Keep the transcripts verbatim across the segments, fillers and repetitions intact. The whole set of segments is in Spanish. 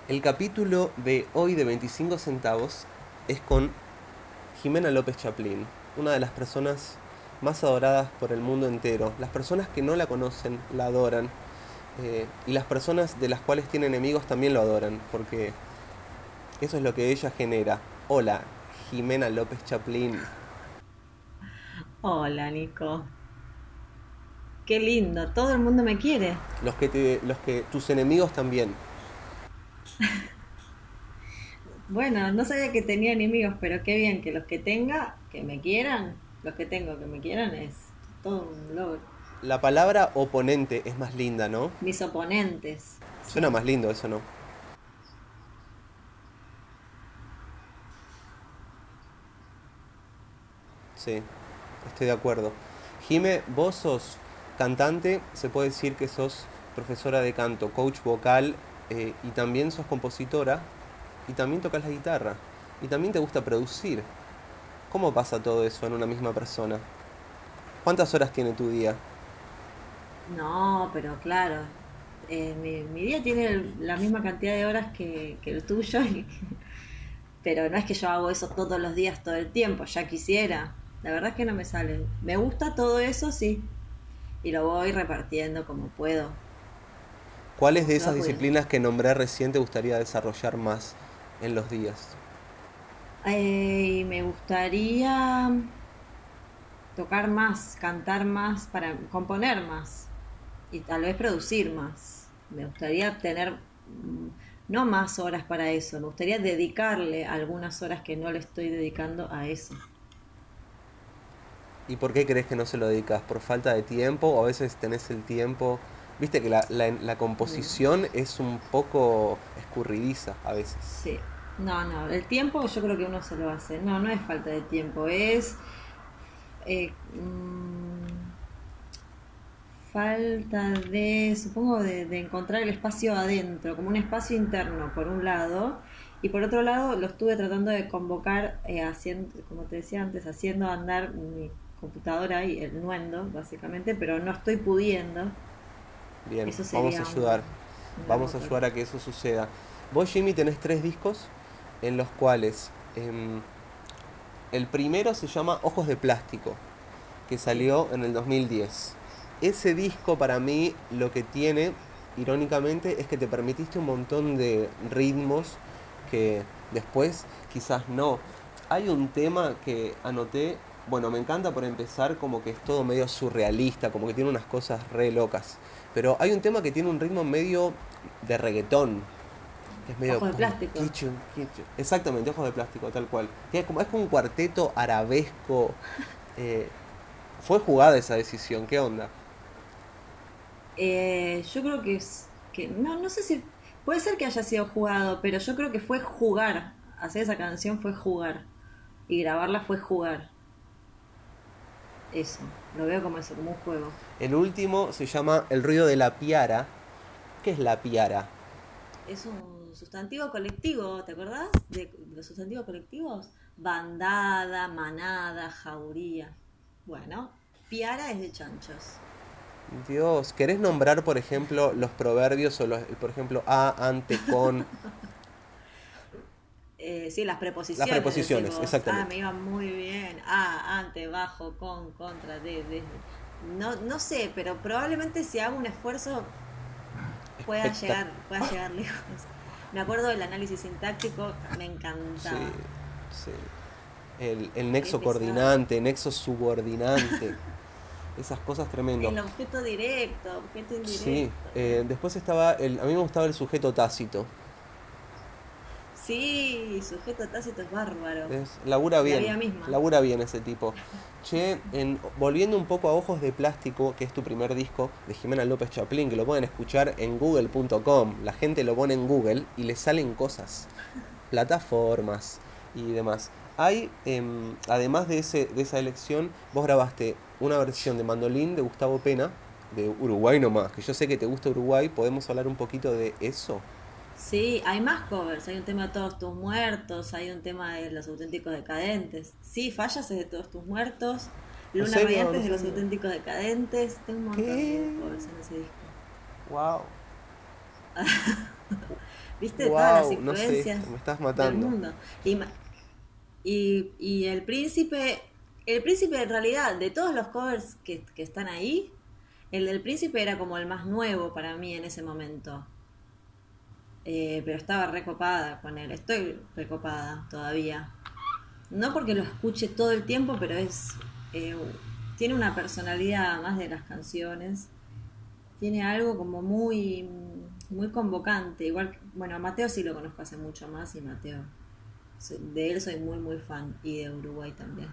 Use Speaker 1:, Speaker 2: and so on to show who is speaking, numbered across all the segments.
Speaker 1: El capítulo de hoy de veinticinco centavos es con Jimena López Chaplin, una de las personas más adoradas por el mundo entero. Las personas que no la conocen la adoran, eh, y las personas de las cuales tiene enemigos también lo adoran, porque eso es lo que ella genera. Hola, Jimena López Chaplin.
Speaker 2: Hola, Nico. Qué lindo, todo el mundo me quiere.
Speaker 1: Los que, te, los que tus enemigos también.
Speaker 2: Bueno, no sabía que tenía enemigos, pero qué bien que los que tenga, que me quieran, los que tengo que me quieran es todo un logro.
Speaker 1: La palabra oponente es más linda, ¿no?
Speaker 2: Mis oponentes,
Speaker 1: Suena
Speaker 2: sí.
Speaker 1: más lindo eso, ¿no? Sí, estoy de acuerdo. Jime, vos sos cantante, se puede decir que sos profesora de canto, coach vocal, eh, y también sos compositora, y también tocas la guitarra, y también te gusta producir. ¿Cómo pasa todo eso en una misma persona? ¿Cuántas horas tiene tu día?
Speaker 2: No, pero claro, eh, mi, mi día tiene el- la misma cantidad de horas que, que el tuyo, y- pero no es que yo hago eso todos los días, todo el tiempo, ya quisiera. La verdad es que no me sale. Me gusta todo eso, sí, y lo voy repartiendo como puedo,
Speaker 1: ¿Cuáles
Speaker 2: como
Speaker 1: de
Speaker 2: se
Speaker 1: esas
Speaker 2: va pudiendo.
Speaker 1: disciplinas que nombré recién te gustaría desarrollar más en los días?
Speaker 2: Eh, me gustaría tocar más, cantar más, para componer más y tal vez producir más. Me gustaría tener mm, no más horas para eso, me gustaría dedicarle algunas horas que no le estoy dedicando a eso.
Speaker 1: ¿Y por qué crees que no se lo dedicas? ¿Por falta de tiempo o a veces tenés el tiempo? Viste que la, la- la
Speaker 2: Mm,
Speaker 1: composición es un poco escurridiza a veces.
Speaker 2: sí, no, no, el tiempo yo creo que uno se lo hace. No, no es falta de tiempo, es eh, mm, falta de, supongo, de, de encontrar el espacio adentro, como un espacio interno, por un lado, y por otro lado lo estuve tratando de convocar, eh, haciendo, como te decía antes, haciendo andar mi computadora y el nuendo, básicamente, pero no estoy pudiendo.
Speaker 1: Bien,
Speaker 2: Eso
Speaker 1: vamos a
Speaker 2: sería
Speaker 1: ayudar.
Speaker 2: un, una
Speaker 1: Vamos a
Speaker 2: motor.
Speaker 1: ayudar a que eso suceda. Vos, Jimmy, tenés tres discos en los cuales em, el primero se llama Ojos de Plástico, que
Speaker 2: Sí.
Speaker 1: salió en el dos mil diez. Ese disco para mí lo que tiene, irónicamente, es que te permitiste un montón de ritmos que después quizás no. Hay un tema que anoté, bueno, me encanta por empezar como que es todo medio surrealista, como que tiene unas cosas re locas. Pero hay un tema que tiene un ritmo medio de reggaetón, que es medio
Speaker 2: Ojos de
Speaker 1: pum,
Speaker 2: plástico.
Speaker 1: quichun, quichun. Exactamente, ojos de plástico, tal cual. Que es como, es como un cuarteto arabesco. eh, Fue jugada esa decisión, ¿qué onda?
Speaker 2: Eh, yo creo que es que no, no sé si puede ser que haya sido jugado, pero yo creo que fue jugar. Hacer esa canción fue jugar y grabarla fue jugar. Eso, lo veo como eso, como un juego.
Speaker 1: El último se llama El ruido de la piara. ¿Qué es la piara?
Speaker 2: Es un sustantivo colectivo, ¿te acordás de, de los sustantivos colectivos? Bandada, manada, jauría. Bueno, piara es de chanchos.
Speaker 1: Dios, ¿querés nombrar, por ejemplo, los proverbios o los, por ejemplo, a, ante, con?
Speaker 2: Eh, sí, las
Speaker 1: Las
Speaker 2: preposiciones, decís
Speaker 1: preposiciones,
Speaker 2: vos. Ah,
Speaker 1: exactamente.
Speaker 2: me iba muy bien. Ah, ante, bajo, con, contra, de, desde. No, no sé, pero probablemente si hago un esfuerzo pueda
Speaker 1: Espectac...
Speaker 2: llegar, pueda llegar lejos. Me acuerdo del análisis sintáctico, me
Speaker 1: Sí,
Speaker 2: encantaba.
Speaker 1: sí. El, el
Speaker 2: Qué
Speaker 1: nexo
Speaker 2: pesado.
Speaker 1: coordinante, nexo subordinante. Esas cosas tremendo.
Speaker 2: El objeto directo, objeto
Speaker 1: Sí,
Speaker 2: indirecto.
Speaker 1: eh, después estaba, el, a mí me gustaba el sujeto tácito.
Speaker 2: Sí, sujeto tácito es bárbaro.
Speaker 1: Es, labura
Speaker 2: La
Speaker 1: bien,
Speaker 2: vida misma.
Speaker 1: labura bien ese tipo. Che, en, volviendo un poco a Ojos de Plástico, que es tu primer disco de Jimena López Chaplin, que lo pueden escuchar en google punto com. La gente lo pone en Google y le salen cosas, plataformas y demás. Hay, em, además de, ese, de esa elección, vos grabaste una versión de Mandolín de Gustavo Pena, de Uruguay nomás, que yo sé que te gusta Uruguay, ¿podemos hablar un poquito de eso?
Speaker 2: Sí, hay más covers. Hay un tema de Todos tus muertos, hay un tema de Los auténticos decadentes. Sí, Fallas es de Todos tus muertos,
Speaker 1: ¿En
Speaker 2: Luna
Speaker 1: serio?
Speaker 2: Radiante
Speaker 1: No
Speaker 2: es de Los
Speaker 1: sabía.
Speaker 2: auténticos decadentes. Tengo un montón de
Speaker 1: ¿Qué?
Speaker 2: covers en ese disco.
Speaker 1: Wow.
Speaker 2: viste, todas las
Speaker 1: Wow, no sé,
Speaker 2: influencias
Speaker 1: me estás
Speaker 2: del
Speaker 1: matando.
Speaker 2: mundo. Y, ma- y, y el príncipe, el príncipe en realidad, de todos los covers que, que están ahí, el del príncipe era como el más nuevo para mí en ese momento. Eh, pero estaba recopada con él, estoy recopada todavía. No porque lo escuche todo el tiempo, pero es eh, tiene una personalidad más de las canciones. Tiene algo como muy muy convocante. Igual, que- bueno, a Mateo sí lo conozco hace mucho más y Mateo, so- de él soy muy muy fan y de Uruguay también.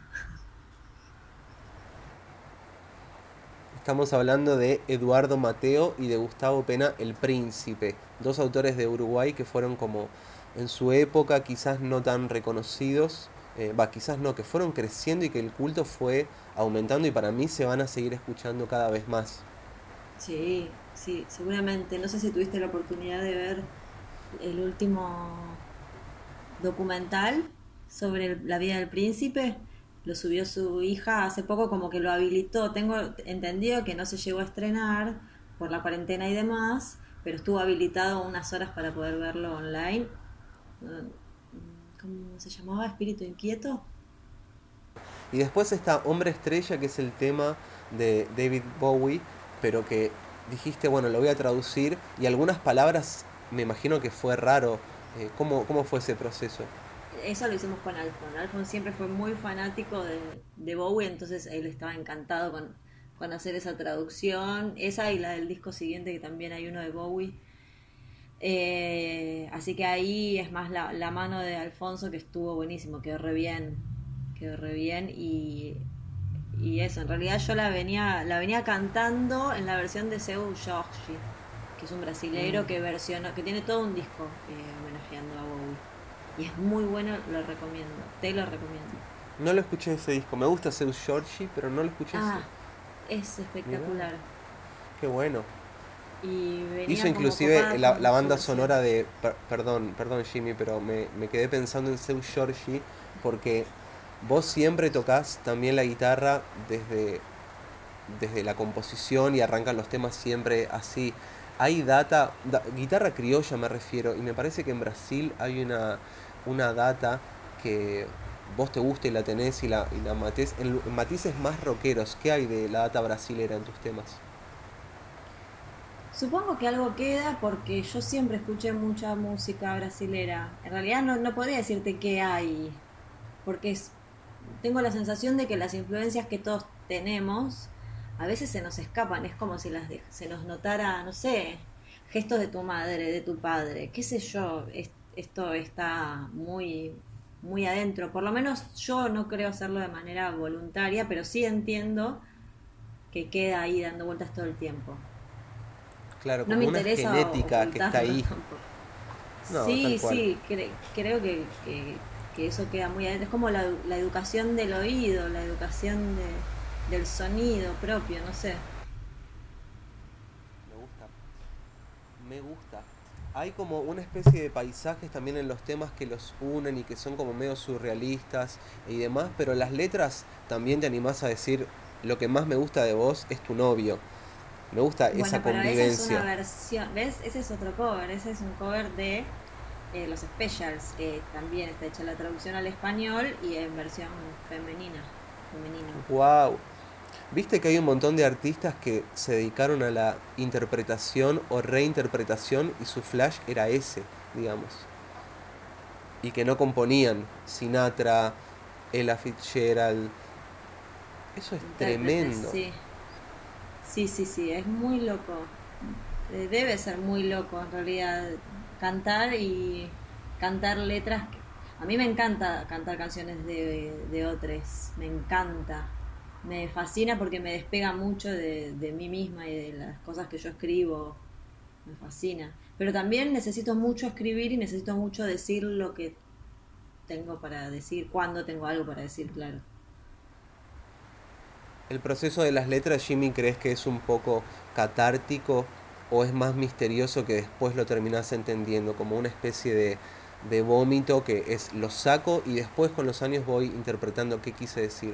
Speaker 1: Estamos hablando de Eduardo Mateo y de Gustavo Pena, El Príncipe, dos autores de Uruguay que fueron como en su época quizás no tan reconocidos, eh, va, quizás no, que fueron creciendo y que el culto fue aumentando y para mí se van a seguir escuchando cada vez más.
Speaker 2: Sí, sí, seguramente. No sé si tuviste la oportunidad de ver el último documental sobre el- la vida del príncipe. Lo subió su hija hace poco, como que lo habilitó. Tengo entendido que no se llegó a estrenar por la cuarentena y demás, pero estuvo habilitado unas horas para poder verlo online. Eh, ¿Cómo se llamaba? Espíritu Inquieto.
Speaker 1: Y después está Hombre Estrella, que es el tema de David Bowie, pero que dijiste, bueno, lo voy a traducir y algunas palabras me imagino que fue raro. Eh, ¿cómo, ¿Cómo fue ese proceso?
Speaker 2: Eso lo hicimos con Alfon. Alfon siempre fue muy fanático de, de Bowie, entonces él estaba encantado con, con hacer esa traducción. Esa y la del disco siguiente, que también hay uno de Bowie. Eh, así que ahí es más la, la mano de Alfonso, que estuvo buenísimo, quedó re bien. Quedó re bien y, y eso, en realidad yo la venía, la venía cantando en la versión de Seu Jorge, que es un brasileiro que versiona, que tiene todo un disco eh, homenajeando a Bowie. Y es muy bueno, lo recomiendo, te lo recomiendo.
Speaker 1: No lo escuché ese disco, me gusta Seu Giorgi, pero no lo escuché ese.
Speaker 2: Ah, es
Speaker 1: Mirá,
Speaker 2: espectacular.
Speaker 1: qué bueno.
Speaker 2: Y
Speaker 1: Hizo
Speaker 2: venía como
Speaker 1: inclusive
Speaker 2: copada
Speaker 1: la, la
Speaker 2: con su
Speaker 1: banda
Speaker 2: versión.
Speaker 1: sonora de... per- perdón, perdón Jimmy, pero me, me quedé pensando en Seu Giorgi porque vos siempre tocas también la guitarra desde, desde la composición y arrancan los temas siempre así. Hay data, da- guitarra criolla me refiero, y me parece que en Brasil hay una, una data que vos te gusta y la tenés y la, y la matés en, lu- en matices más rockeros. ¿Qué hay de la data brasilera en tus temas?
Speaker 2: Supongo que algo queda porque yo siempre escuché mucha música brasilera. En realidad no, no podría decirte qué hay, porque es- tengo la sensación de que las influencias que todos tenemos a veces se nos escapan. Es como si las de- se nos notara, no sé, gestos de tu madre, de tu padre, qué sé yo. Es- esto está muy, muy adentro. Por lo menos yo no creo hacerlo de manera voluntaria, pero sí entiendo que queda ahí dando vueltas todo el tiempo.
Speaker 1: Claro,
Speaker 2: No me
Speaker 1: como una
Speaker 2: interesa
Speaker 1: genética que está
Speaker 2: ocultarlo
Speaker 1: ahí.
Speaker 2: tampoco.
Speaker 1: No, tal
Speaker 2: Sí,
Speaker 1: cual.
Speaker 2: sí, cre- creo que, que- que eso queda muy adentro. Es como la, la educación del oído, la educación de, del sonido propio, no sé.
Speaker 1: Me gusta. Me gusta. Hay como una especie de paisajes también en los temas que los unen y que son como medio surrealistas y demás, pero las letras también te animás a decir lo que más me gusta de vos es tu novio. Me gusta
Speaker 2: Bueno,
Speaker 1: esa
Speaker 2: pero esa es una
Speaker 1: convivencia.
Speaker 2: versión, ¿ves? Ese es otro cover, ese es un cover de eh, los Specials, que también está hecha la traducción al español y en versión femenina, femenino.
Speaker 1: Wow. Viste que hay un montón de artistas que se dedicaron a la interpretación o reinterpretación y su flash era ese, digamos. Y que no componían Sinatra, Ella Fitzgerald. Eso es
Speaker 2: Intérpretes,
Speaker 1: tremendo.
Speaker 2: sí. Sí, sí, sí, es muy loco. Eh, Debe ser muy loco en realidad cantar y cantar letras. que- A mí me encanta cantar canciones de, de otros, me encanta. Me fascina porque me despega mucho de, de mí misma y de las cosas que yo escribo. Me fascina. Pero también necesito mucho escribir y necesito mucho decir lo que tengo para decir, cuando tengo algo para decir, claro.
Speaker 1: ¿El proceso de las letras, Jimmy, crees que es un poco catártico o es más misterioso que después lo terminás entendiendo, como una especie de, de vómito que es lo saco y después con los años voy interpretando qué quise decir?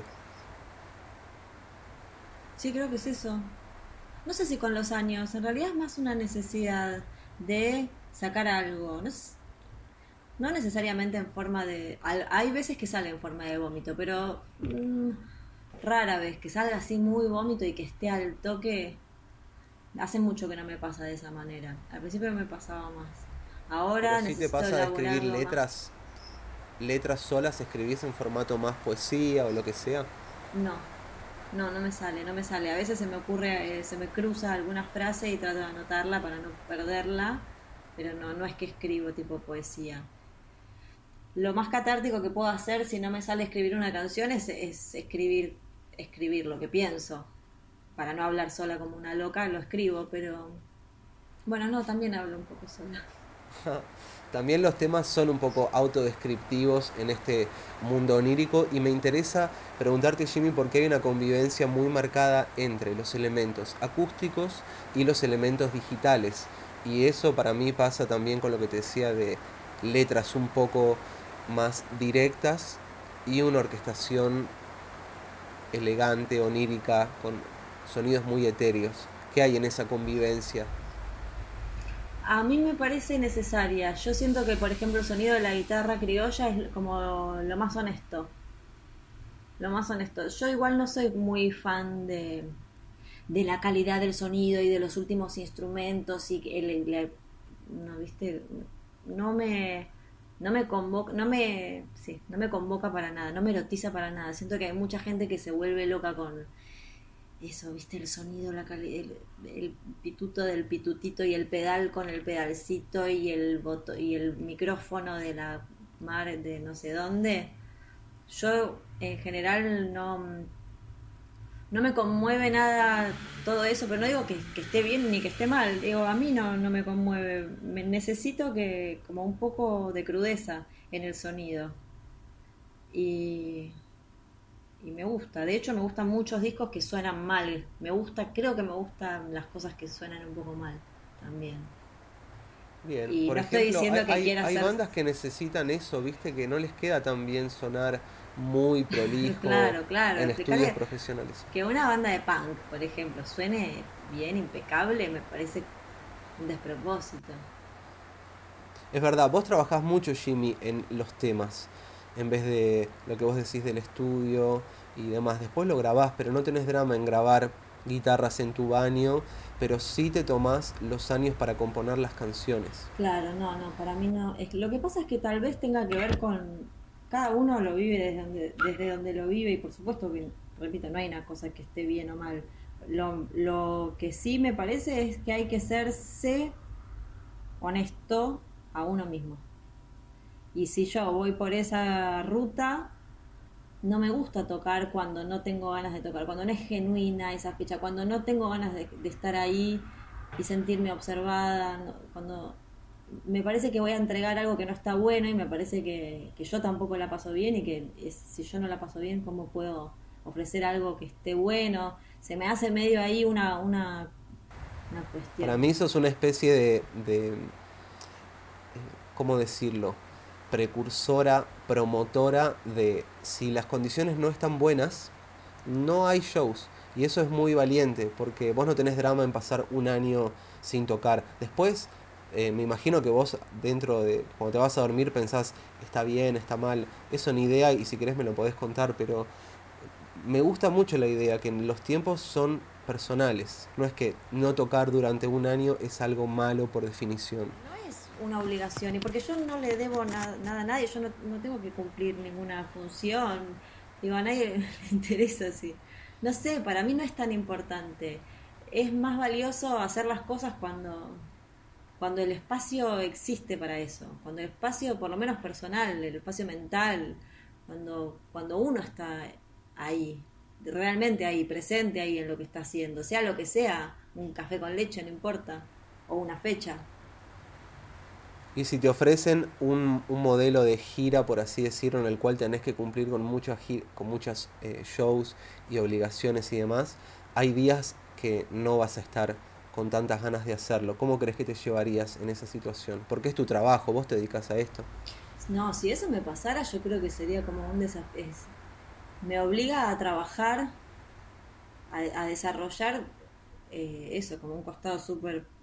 Speaker 2: Sí, creo que es eso. No sé si con los años, en realidad es más una necesidad de sacar algo. No, s- no necesariamente en forma de... al- Hay veces que sale en forma de vómito, pero mm, rara vez que salga así muy vómito y que esté al toque. Hace mucho que no me pasa de esa manera. Al principio me pasaba más.
Speaker 1: Pero
Speaker 2: Ahora
Speaker 1: si te
Speaker 2: necesito
Speaker 1: pasa de escribir
Speaker 2: elaborarlo más.
Speaker 1: letras, letras solas, escribís en formato más poesía o lo que sea.
Speaker 2: No, no, no me sale, no me sale. A veces se me ocurre, eh, se me cruza alguna frase y trato de anotarla para no perderla, pero no, no es que escribo tipo poesía. Lo más catártico que puedo hacer si no me sale escribir una canción es, es escribir, escribir lo que pienso. Para no hablar sola como una loca, lo escribo, pero bueno, no, también hablo un poco sola.
Speaker 1: También los temas son un poco autodescriptivos en este mundo onírico y me interesa preguntarte, Jimmy, por qué hay una convivencia muy marcada entre los elementos acústicos y los elementos digitales. Y eso para mí pasa también con lo que te decía de letras un poco más directas y una orquestación elegante, onírica, con sonidos muy etéreos. ¿Qué hay en esa convivencia?
Speaker 2: A mí me parece necesaria. Yo siento que, por ejemplo, el sonido de la guitarra criolla es como lo más honesto. Lo más honesto. Yo igual no soy muy fan de, de la calidad del sonido y de los últimos instrumentos y que el, la- no, viste, no me no me convoca, no me sí, no me convoca para nada, no me erotiza para nada. Siento que hay mucha gente que se vuelve loca con eso, viste, el sonido, la cali- el, el pituto del pitutito y el pedal con el pedalcito y el boto, y el micrófono de la mar de no sé dónde. Yo en general no no me conmueve nada todo eso, pero no digo que, que esté bien ni que esté mal, digo, a mí no, no me conmueve, me necesito que como un poco de crudeza en el sonido y, y me gusta, de hecho me gustan muchos discos que suenan mal, me gusta, creo que me gustan las cosas que suenan un poco mal también.
Speaker 1: Bien,
Speaker 2: Y
Speaker 1: por
Speaker 2: no estoy
Speaker 1: ejemplo, hay,
Speaker 2: diciendo que
Speaker 1: hay,
Speaker 2: quiera
Speaker 1: hay
Speaker 2: hacer,
Speaker 1: bandas que necesitan eso, viste, que no les queda tan bien sonar muy prolijo
Speaker 2: claro, claro,
Speaker 1: en estudios
Speaker 2: explicarle
Speaker 1: profesionales.
Speaker 2: que una banda de punk, por ejemplo, suene bien, impecable, me parece un despropósito.
Speaker 1: Es verdad, vos trabajás mucho, Jimmy, en los temas, en vez de lo que vos decís del estudio y demás. Después lo grabás, pero no tenés drama en grabar guitarras en tu baño, pero sí te tomás los años para componer las canciones.
Speaker 2: Claro, no, no, para mí no. Es, lo que pasa es que tal vez tenga que ver con... Cada uno lo vive desde donde, desde donde lo vive y por supuesto que, repito, no hay una cosa que esté bien o mal. Lo, lo que sí me parece es que hay que serse honesto a uno mismo. Y si yo voy por esa ruta, no me gusta tocar cuando no tengo ganas de tocar, cuando no es genuina esa fecha, cuando no tengo ganas de, de estar ahí y sentirme observada, no- cuando me parece que voy a entregar algo que no está bueno y me parece que, que yo tampoco la paso bien y que es- si yo no la paso bien, ¿cómo puedo ofrecer algo que esté bueno? Se me hace medio ahí una, una, una
Speaker 1: Para
Speaker 2: cuestión.
Speaker 1: mí eso es una especie de, de ¿cómo decirlo? Precursora, promotora de si las condiciones no están buenas, no hay shows. Y eso es muy valiente, porque vos no tenés drama en pasar un año sin tocar. Después, eh, me imagino que vos dentro de, cuando te vas a dormir, pensás, está bien, está mal. Eso ni idea, y si querés me lo podés contar, pero me gusta mucho la idea que los tiempos son personales. No es que no tocar durante un año es algo malo por definición.
Speaker 2: No es una obligación, y porque yo no le debo na- nada a nadie, yo no, no tengo que cumplir ninguna función, digo, a nadie le interesa así. No sé, para mí no es tan importante. Es más valioso hacer las cosas cuando, cuando el espacio existe para eso, cuando el espacio, por lo menos personal, el espacio mental, cuando, cuando uno está ahí, realmente ahí, presente ahí en lo que está haciendo, sea lo que sea, un café con leche, no importa, o una fecha.
Speaker 1: Y si te ofrecen un, un modelo de gira, por así decirlo, en el cual tenés que cumplir con muchas, con muchas eh, shows y obligaciones y demás, hay días que no vas a estar con tantas ganas de hacerlo. ¿Cómo crees que te llevarías en esa situación? Porque es tu trabajo, vos te dedicas a esto.
Speaker 2: No, si eso me pasara, yo creo que sería como un desafío. Me obliga a trabajar, a, a desarrollar eh, eso, como un costado súper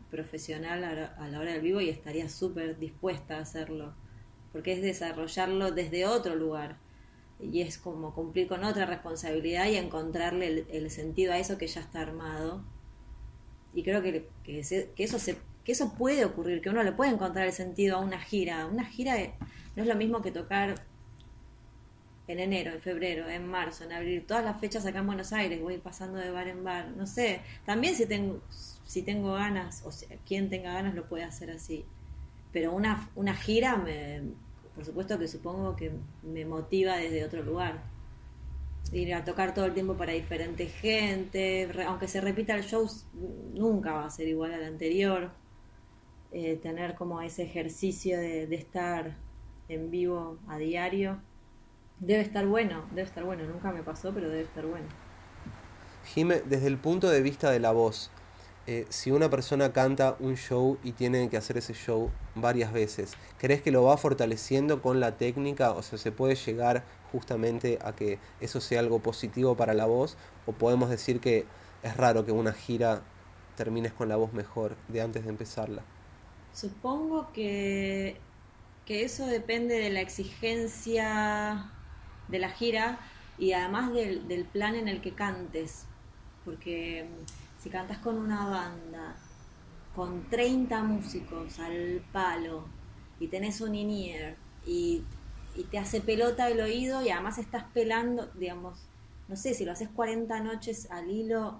Speaker 2: profesional a la, a la hora del vivo y estaría súper dispuesta a hacerlo, porque es desarrollarlo desde otro lugar y es como cumplir con otra responsabilidad y encontrarle el, el sentido a eso que ya está armado. Y creo que, que, se, que eso se que eso puede ocurrir, que uno le puede encontrar el sentido a una gira. Una gira no es lo mismo que tocar en enero, en febrero, en marzo, en abril, todas las fechas acá en Buenos Aires, voy pasando de bar en bar, no sé, también si tengo, si tengo ganas, o sea, quien tenga ganas lo puede hacer así, pero una, una gira, me, por supuesto que supongo que me motiva desde otro lugar, ir a tocar todo el tiempo para diferente gente, aunque se repita el show, nunca va a ser igual al anterior. Eh, tener como ese ejercicio de, de estar en vivo a diario debe estar bueno, debe estar bueno, nunca me pasó, pero debe estar bueno.
Speaker 1: Jime, desde el punto de vista de la voz, eh, si una persona canta un show y tiene que hacer ese show varias veces, ¿crees que lo va fortaleciendo con la técnica? O sea, ¿se puede llegar justamente a que eso sea algo positivo para la voz? ¿O podemos decir que es raro que una gira termines con la voz mejor de antes de empezarla?
Speaker 2: Supongo que, que eso depende de la exigencia de la gira y además del, del plan en el que cantes. Porque mm, si cantas con una banda, con treinta músicos al palo, y tenés un in-ear, y, y te hace pelota el oído, y además estás pelando, digamos, no sé, si lo haces cuarenta noches al hilo,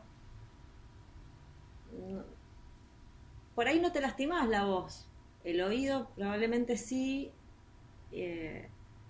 Speaker 2: no- por ahí no te lastimas la voz. El oído probablemente sí. eh,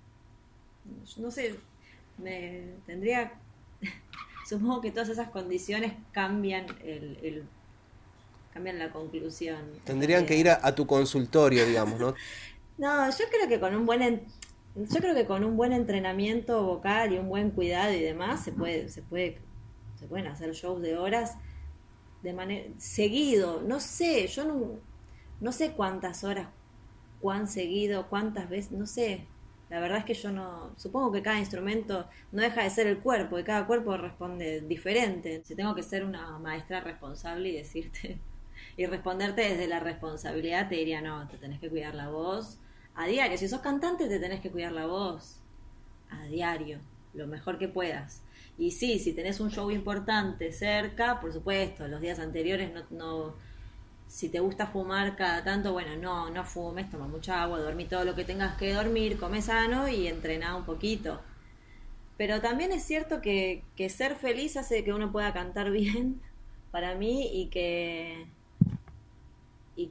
Speaker 2: no sé, me tendría, supongo que todas esas condiciones cambian el, el- cambian la conclusión en
Speaker 1: Tendrían que ir
Speaker 2: realidad.
Speaker 1: a, a tu consultorio, digamos, ¿no?
Speaker 2: No, yo creo que con un buen en- yo creo que con un buen entrenamiento vocal y un buen cuidado y demás se puede se puede se pueden hacer shows de horas de manera seguido. No sé, yo no, no sé cuántas horas, cuán seguido, cuántas veces, no sé. La verdad es que yo no, supongo que cada instrumento no deja de ser el cuerpo y cada cuerpo responde diferente. Si tengo que ser una maestra responsable y decirte y responderte desde la responsabilidad, te diría, no, te tenés que cuidar la voz a diario. Si sos cantante, te tenés que cuidar la voz a diario, lo mejor que puedas. Y sí, si tenés un show importante cerca, por supuesto, los días anteriores no, no, si te gusta fumar cada tanto, bueno, no, no fumes, toma mucha agua, dormí todo lo que tengas que dormir, come sano y entrená un poquito. Pero también es cierto que, que ser feliz hace que uno pueda cantar bien para mí y que, y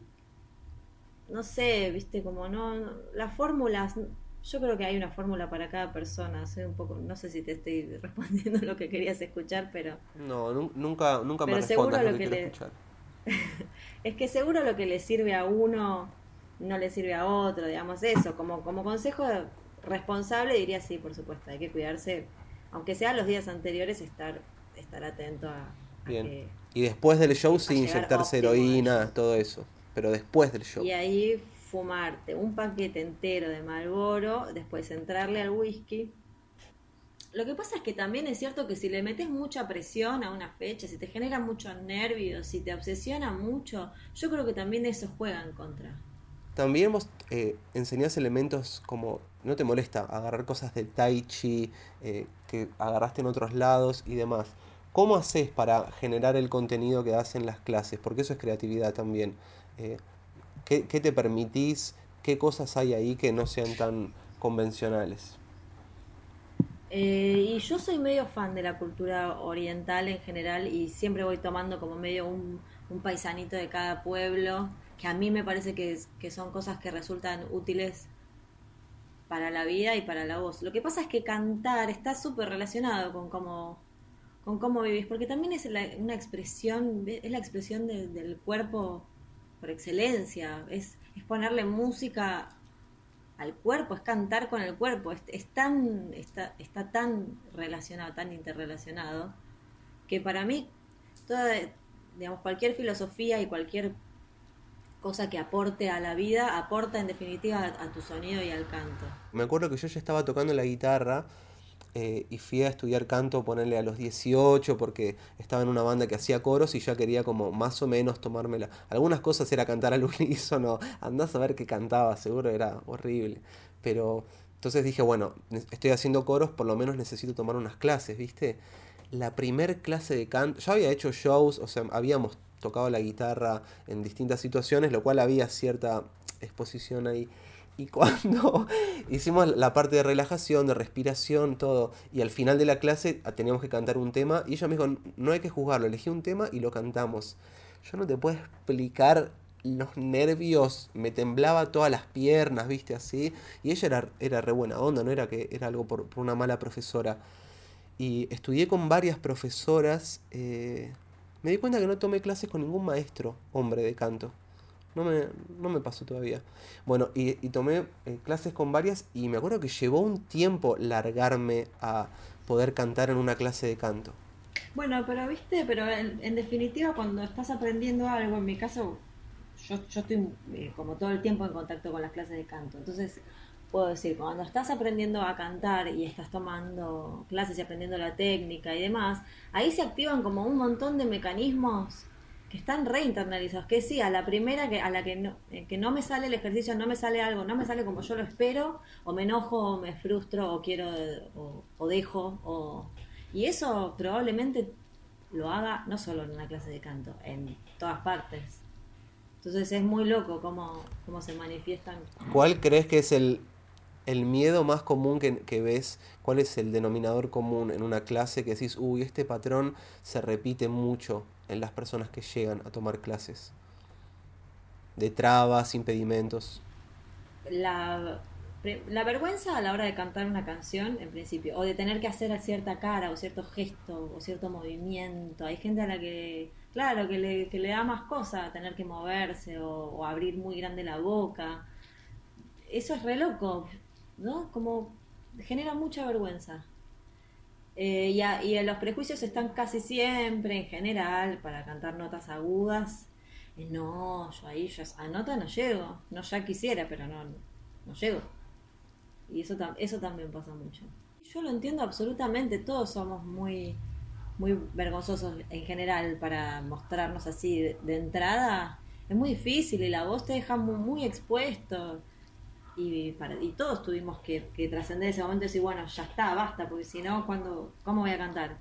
Speaker 2: no sé, viste, como no, no- las fórmulas, yo creo que hay una fórmula para cada persona, soy un poco, no sé si te estoy respondiendo lo que querías escuchar, pero,
Speaker 1: No, nun- nunca, nunca me
Speaker 2: pero seguro
Speaker 1: respondas lo
Speaker 2: lo
Speaker 1: que
Speaker 2: que
Speaker 1: quiero
Speaker 2: le,
Speaker 1: escuchar.
Speaker 2: es que seguro lo que le sirve a uno no le sirve a otro, digamos eso, como, como consejo responsable diría sí, por supuesto, hay que cuidarse, aunque sea los días anteriores, estar, estar atento a, a
Speaker 1: Bien.
Speaker 2: que
Speaker 1: Y después del show
Speaker 2: a
Speaker 1: sí
Speaker 2: llegar
Speaker 1: inyectarse
Speaker 2: óptimo al
Speaker 1: heroína,
Speaker 2: show.
Speaker 1: todo eso. Pero después del show.
Speaker 2: Y ahí fumarte un paquete entero de Marlboro, después entrarle al whisky. Lo que pasa es que también es cierto que si le metes mucha presión a una fecha, si te genera muchos nervios, si te obsesiona mucho, yo creo que también eso juega en contra.
Speaker 1: También vos eh, enseñás elementos como, ¿no te molesta agarrar cosas del tai chi eh, que agarraste en otros lados y demás? ¿Cómo haces para generar el contenido que das en las clases? Porque eso es creatividad también. Eh, ¿qué, qué te permitís? ¿Qué cosas hay ahí que no sean tan convencionales?
Speaker 2: Eh, y yo soy medio fan de la cultura oriental en general y siempre voy tomando como medio un, un paisanito de cada pueblo, que a mí me parece que, es- que son cosas que resultan útiles para la vida y para la voz. Lo que pasa es que cantar está súper relacionado con cómo, con cómo vivís, porque también es la- una expresión, es la expresión de- del cuerpo por excelencia, es, es ponerle música al cuerpo, es cantar con el cuerpo, es, es tan, está, está tan relacionado, tan interrelacionado, que para mí toda, digamos, cualquier filosofía y cualquier cosa que aporte a la vida, aporta en definitiva a, a tu sonido y al canto.
Speaker 1: Me acuerdo que yo ya estaba tocando la guitarra eh, y fui a estudiar canto, ponerle a los dieciocho, porque estaba en una banda que hacía coros y ya quería como más o menos tomármela. Algunas cosas era cantar al unísono, andás a ver qué cantaba, seguro era horrible. Pero entonces dije, bueno, ne- estoy haciendo coros, por lo menos necesito tomar unas clases, ¿viste? La primer clase de canto, yo había hecho shows, o sea, habíamos tocado la guitarra en distintas situaciones, lo cual había cierta exposición ahí. Y cuando hicimos la parte de relajación, de respiración, todo, y al final de la clase ah, teníamos que cantar un tema, y ella me dijo, no hay que juzgarlo, elegí un tema y lo cantamos. Yo no te puedo explicar los nervios, me temblaba todas las piernas, viste, así, y ella era, era re buena onda, no era que era algo por, por una mala profesora. Y estudié con varias profesoras, eh, me di cuenta que no tomé clases con ningún maestro, hombre de canto. No me, no me pasó todavía. Bueno, y, y tomé eh, clases con varias y me acuerdo que llevó un tiempo largarme a poder cantar en una clase de canto.
Speaker 2: Bueno, pero viste, pero en, en definitiva cuando estás aprendiendo algo, en mi caso, yo, yo estoy eh, como todo el tiempo en contacto con las clases de canto. Entonces, puedo decir, cuando estás aprendiendo a cantar y estás tomando clases y aprendiendo la técnica y demás, ahí se activan como un montón de mecanismos que están reinternalizados, que sí, a la primera que a la que no, eh, que no me sale el ejercicio, no me sale algo, no me sale como yo lo espero, o me enojo, o me frustro, o quiero, o, o dejo, o... Y eso probablemente lo haga no solo en una clase de canto, en todas partes. Entonces es muy loco cómo, cómo se manifiestan.
Speaker 1: ¿Cuál crees que es el, el miedo más común que, que ves? ¿Cuál es el denominador común en una clase que decís, uy, este patrón se repite mucho en las personas que llegan a tomar clases? De trabas, impedimentos.
Speaker 2: La, la vergüenza a la hora de cantar una canción, en principio, o de tener que hacer cierta cara, o cierto gesto, o cierto movimiento. Hay gente a la que, claro, que le, que le da más cosa tener que moverse o, o abrir muy grande la boca. Eso es re loco, ¿no? Como genera mucha vergüenza. Eh, y, a- y los prejuicios están casi siempre, en general, para cantar notas agudas. Eh, no, yo ahí, yo a nota no llego. No, ya quisiera, pero no, no llego. Y eso, tam- eso también pasa mucho. Yo lo entiendo absolutamente, todos somos muy, muy vergonzosos en general para mostrarnos así de, de entrada. Es muy difícil y la voz te deja muy, muy expuesto. Y, para, y todos tuvimos que, que trascender ese momento y decir, bueno, ya está, basta, porque si no, ¿cuándo, ¿cómo voy a cantar?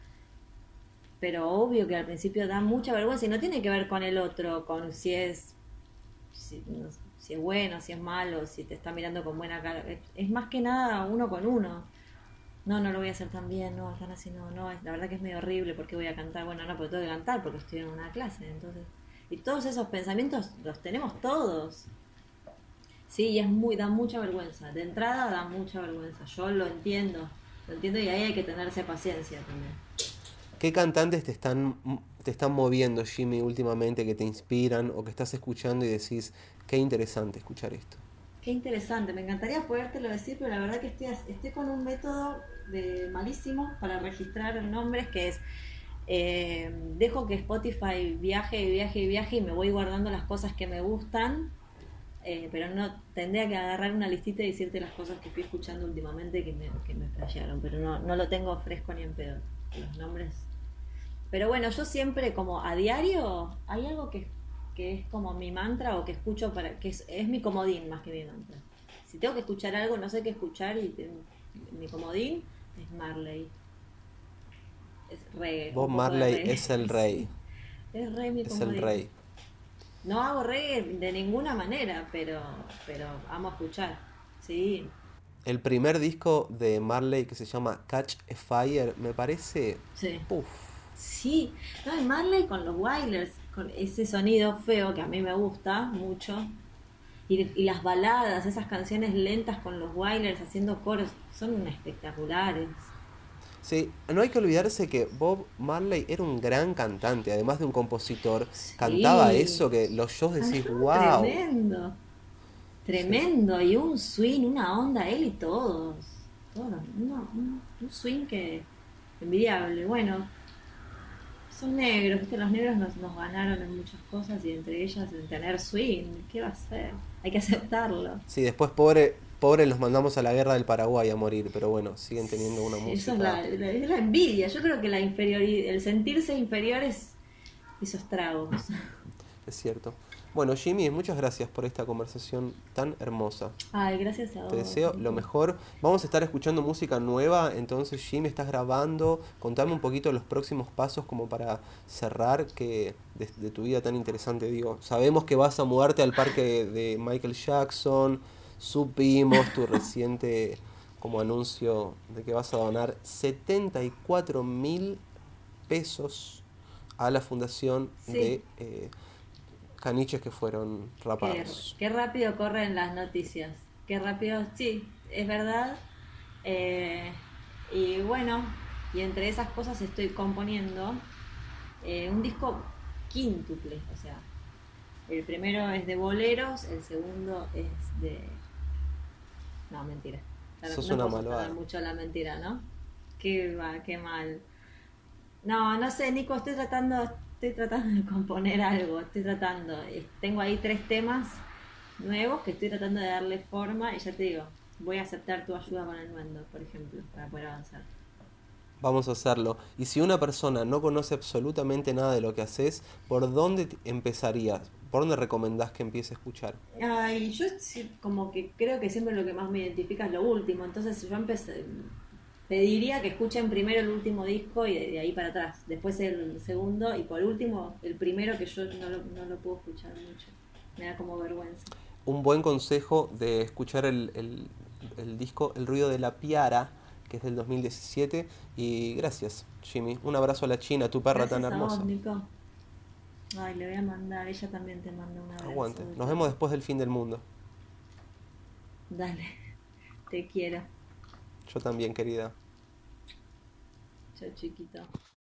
Speaker 2: Pero obvio que al principio da mucha vergüenza y no tiene que ver con el otro, con si es, si, no sé, si es bueno, si es malo, si te está mirando con buena cara. Es, es más que nada uno con uno. No, no lo voy a hacer tan bien, no, tan así, no, no, es- la verdad que es medio horrible porque voy a cantar. Bueno, no, porque tengo que cantar porque estoy en una clase, entonces. Y todos esos pensamientos los tenemos todos. Sí, y es muy, da mucha vergüenza. De entrada da mucha vergüenza. Yo lo entiendo, lo entiendo y ahí hay que tenerse paciencia también.
Speaker 1: ¿Qué cantantes te están, te están moviendo, Jimmy, últimamente, que te inspiran o que estás escuchando y decís, qué interesante escuchar esto?
Speaker 2: Qué interesante, me encantaría podértelo decir, pero la verdad que estoy, estoy con un método de malísimo para registrar nombres que es eh, dejo que Spotify viaje y viaje y viaje y me voy guardando las cosas que me gustan, eh, pero no tendría que agarrar una listita y decirte las cosas que fui escuchando últimamente que me, que me flashearon, pero no, no lo tengo fresco ni en pedo, los nombres. Pero bueno, yo siempre como a diario hay algo que, que es como mi mantra o que escucho para que es, es mi comodín más que mi mantra. Si tengo que escuchar algo, no sé qué escuchar y te- mi comodín es Marley, es reggae,
Speaker 1: Bob
Speaker 2: un poco de
Speaker 1: Marley
Speaker 2: reggae.
Speaker 1: es el
Speaker 2: Sí,
Speaker 1: rey,
Speaker 2: es re mi
Speaker 1: es el
Speaker 2: comodín.
Speaker 1: rey.
Speaker 2: No hago reggae de ninguna manera, pero pero amo escuchar. Sí,
Speaker 1: El primer disco de Marley que se llama Catch a Fire me parece...
Speaker 2: sí.
Speaker 1: Puff.
Speaker 2: Sí, no, y Marley con los Wailers, con ese sonido feo que a mí me gusta mucho, y, y las baladas, esas canciones lentas con los Wailers haciendo coros, son espectaculares.
Speaker 1: Sí, no hay que olvidarse que Bob Marley era un gran cantante, además de un compositor. Cantaba
Speaker 2: Sí,
Speaker 1: eso que los shows decís,
Speaker 2: cantaba
Speaker 1: wow.
Speaker 2: tremendo,
Speaker 1: Sí.
Speaker 2: tremendo, y un swing, una onda, él y todos, todos, no, un, un swing que envidiable. Bueno, son negros, ¿viste? Los negros nos, nos ganaron en muchas cosas y entre ellas en tener swing. ¿Qué va a ser? Hay que aceptarlo.
Speaker 1: Sí, después pobre, Pobres los mandamos a la guerra del Paraguay a morir, pero bueno, siguen teniendo una
Speaker 2: Eso
Speaker 1: música.
Speaker 2: es la, la- es la envidia. Yo creo que la inferioridad, el sentirse inferior es esos tragos.
Speaker 1: Es cierto. Bueno, Jimmy, muchas gracias por esta conversación tan hermosa.
Speaker 2: Ay, gracias a
Speaker 1: Te
Speaker 2: vos,
Speaker 1: deseo lo
Speaker 2: Nico.
Speaker 1: mejor. Vamos a estar escuchando música nueva, entonces Jimmy, estás grabando. Contame un poquito los próximos pasos como para cerrar que de, de tu vida tan interesante, digo. Sabemos que vas a mudarte al parque de Michael Jackson. Supimos tu reciente como anuncio de que vas a donar setenta y cuatro mil pesos a la fundación
Speaker 2: Sí,
Speaker 1: de eh, caniches que fueron
Speaker 2: qué,
Speaker 1: rapados.
Speaker 2: qué rápido corren las noticias. Qué rápido, sí, es verdad. Eh, y bueno, y entre esas cosas estoy componiendo eh, un disco quíntuple. O sea, el primero es de boleros, el segundo es de... No, mentira. Claro,
Speaker 1: Sos
Speaker 2: no
Speaker 1: una
Speaker 2: puedo sostener
Speaker 1: malvada.
Speaker 2: mucho la mentira, ¿no? Qué va, qué mal. No, no sé, Nico, estoy tratando, estoy tratando de componer algo, estoy tratando. Eh, Tengo ahí tres temas nuevos que estoy tratando de darle forma y ya te digo, voy a aceptar tu ayuda con el nuendo, por ejemplo, para poder avanzar.
Speaker 1: Vamos a hacerlo. Y si una persona no conoce absolutamente nada de lo que haces, ¿por dónde t- empezarías? ¿Por dónde recomendás que empiece a escuchar?
Speaker 2: Ay, yo sí, como que creo que siempre lo que más me identifica es lo último, entonces yo empecé, pediría que escuchen primero el último disco y de, de ahí para atrás, después el segundo y por último el primero que yo no lo, no lo puedo escuchar mucho, me da como vergüenza.
Speaker 1: Un buen consejo de escuchar el, el- el disco El ruido de la Piara, que es del dos mil diecisiete. Y gracias, Jimmy. Un abrazo a la China, tu perra tan
Speaker 2: Gracias a vos,
Speaker 1: hermosa.
Speaker 2: Nico. Ay, le voy a mandar, ella también te manda un abrazo
Speaker 1: Aguante.
Speaker 2: de
Speaker 1: Nos vemos
Speaker 2: perro.
Speaker 1: después del fin del mundo.
Speaker 2: Dale, te quiero.
Speaker 1: Yo también, querida.
Speaker 2: Chao, chiquito.